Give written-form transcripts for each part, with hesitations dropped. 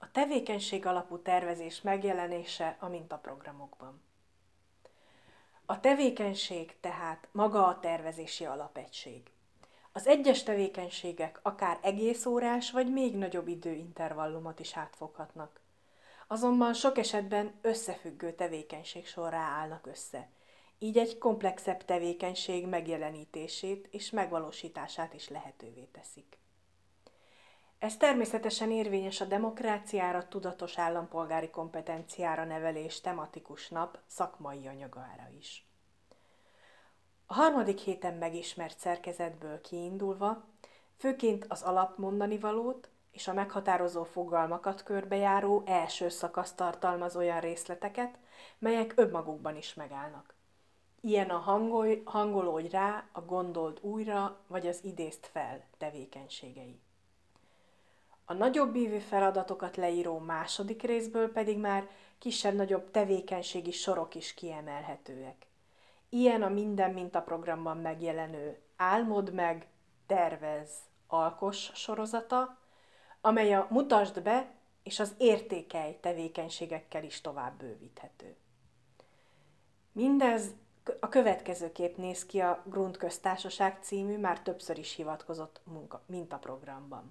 A tevékenység alapú tervezés megjelenése a mintaprogramokban. A tevékenység tehát maga a tervezési alapegység. Az egyes tevékenységek akár egész órás vagy még nagyobb időintervallumot is átfoghatnak. Azonban sok esetben összefüggő tevékenység sorrá állnak össze. Így egy komplexebb tevékenység megjelenítését és megvalósítását is lehetővé teszik. Ez természetesen érvényes a demokráciára, tudatos állampolgári kompetenciára nevelés tematikus nap szakmai anyagára is. A harmadik héten megismert szerkezetből kiindulva, főként az alapmondanivalót és a meghatározó fogalmakat körbejáró első szakasz tartalmaz olyan részleteket, melyek önmagukban is megállnak. Ilyen a hangolódj rá, a gondold újra, vagy az idézd fel tevékenységei. A nagyobb ívű feladatokat leíró második részből pedig már kisebb-nagyobb tevékenységi sorok is kiemelhetőek. Ilyen a Minden mintaprogramban megjelenő Álmod meg, tervez, alkoss sorozata, amely a mutasd be és az értékelj tevékenységekkel is tovább bővíthető. Mindez a következőképp néz ki a Grundköztársaság című, már többször is hivatkozott mintaprogramban.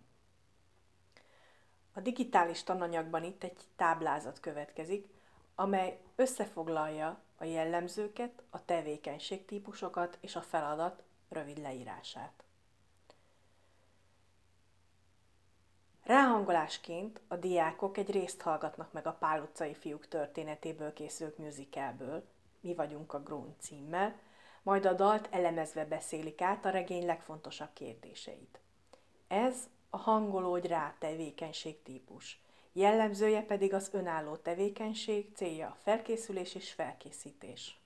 A digitális tananyagban itt egy táblázat következik, amely összefoglalja a jellemzőket, a tevékenységtípusokat és a feladat rövid leírását. Ráhangolásként a diákok egy részt hallgatnak meg a Pál utcai fiúk történetéből készült musicalből, Mi vagyunk a Grund címmel, majd a dalt elemezve beszélik át a regény legfontosabb kérdéseit. Ez a hangolódj rá tevékenység típus. Jellemzője pedig az önálló tevékenység, célja a felkészülés és felkészítés.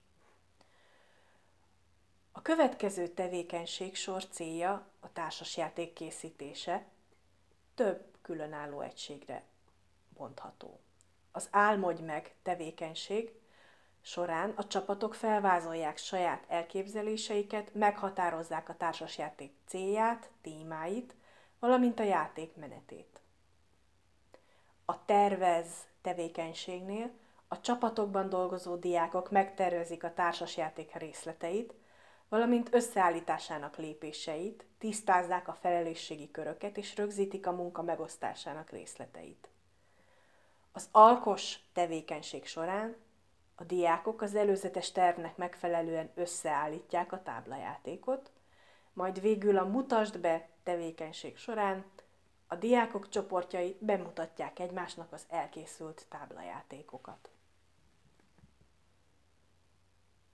A következő tevékenység-sor célja a társasjáték készítése, több különálló egységre bontható. Az Álmodj meg tevékenység során a csapatok felvázolják saját elképzeléseiket, meghatározzák a társasjáték célját, témáit, valamint a játék menetét. A tervez tevékenységnél a csapatokban dolgozó diákok megtervezik a társasjáték részleteit, valamint összeállításának lépéseit, tisztázzák a felelősségi köröket és rögzítik a munka megosztásának részleteit. Az alkos tevékenység során a diákok az előzetes tervnek megfelelően összeállítják a táblajátékot, majd végül a mutasd be tevékenység során a diákok csoportjai bemutatják egymásnak az elkészült táblajátékokat.